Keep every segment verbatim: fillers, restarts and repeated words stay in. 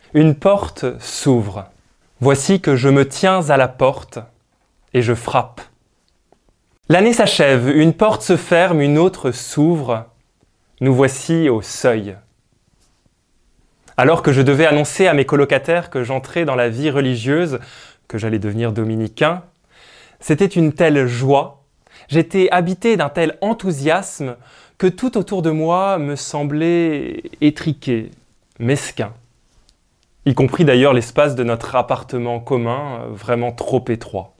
Une porte s'ouvre. Voici que je me tiens à la porte et je frappe. L'année s'achève, une porte se ferme, une autre s'ouvre. Nous voici au seuil. Alors que je devais annoncer à mes colocataires que j'entrais dans la vie religieuse, que j'allais devenir dominicain, c'était une telle joie, j'étais habité d'un tel enthousiasme que tout autour de moi me semblait étriqué, mesquin. Y compris d'ailleurs l'espace de notre appartement commun, vraiment trop étroit.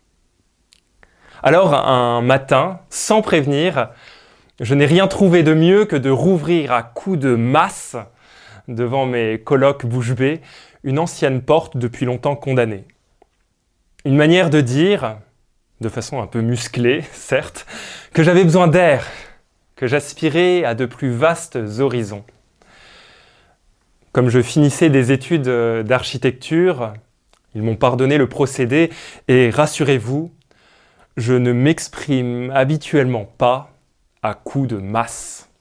Alors un matin, sans prévenir, je n'ai rien trouvé de mieux que de rouvrir à coups de masse, devant mes colocs bouche bée, une ancienne porte depuis longtemps condamnée. Une manière de dire, de façon un peu musclée, certes, que j'avais besoin d'air, que j'aspirais à de plus vastes horizons. Comme je finissais des études d'architecture, ils m'ont pardonné le procédé et rassurez-vous, je ne m'exprime habituellement pas à coups de masse.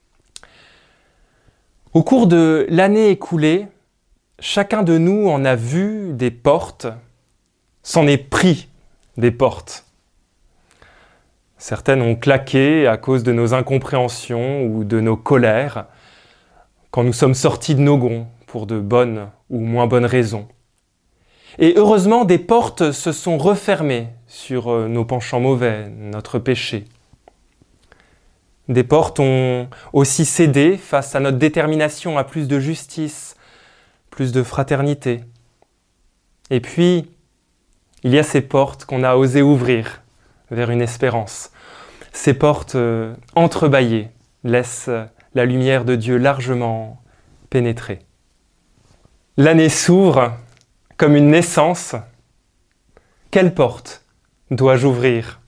Au cours de l'année écoulée, chacun de nous en a vu des portes, s'en est pris des portes. Certaines ont claqué à cause de nos incompréhensions ou de nos colères, quand nous sommes sortis de nos gonds pour de bonnes ou moins bonnes raisons. Et heureusement, des portes se sont refermées sur nos penchants mauvais, notre péché. Des portes ont aussi cédé face à notre détermination à plus de justice, plus de fraternité. Et puis, il y a ces portes qu'on a osé ouvrir vers une espérance. Ces portes euh, entrebâillées laissent la lumière de Dieu largement pénétrer. L'année s'ouvre comme une naissance. Quelle porte dois-je ouvrir encore ?